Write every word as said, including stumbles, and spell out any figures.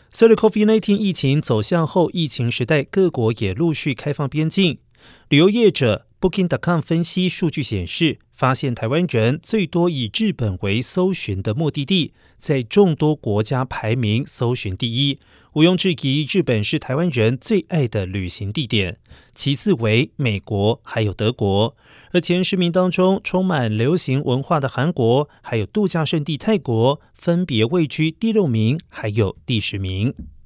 随着 COVID 十九 疫情走向后疫情时代，各国也陆续开放边境。旅游业者 Booking 点 com 分析数据显示，发现台湾人最多以日本为搜寻的目的地，在众多国家排名搜寻第一。毋庸置疑，日本是台湾人最爱的旅行地点，其次为美国，还有德国。而前十名当中，充满流行文化的韩国，还有度假胜地泰国，分别位居第六名，还有第十名。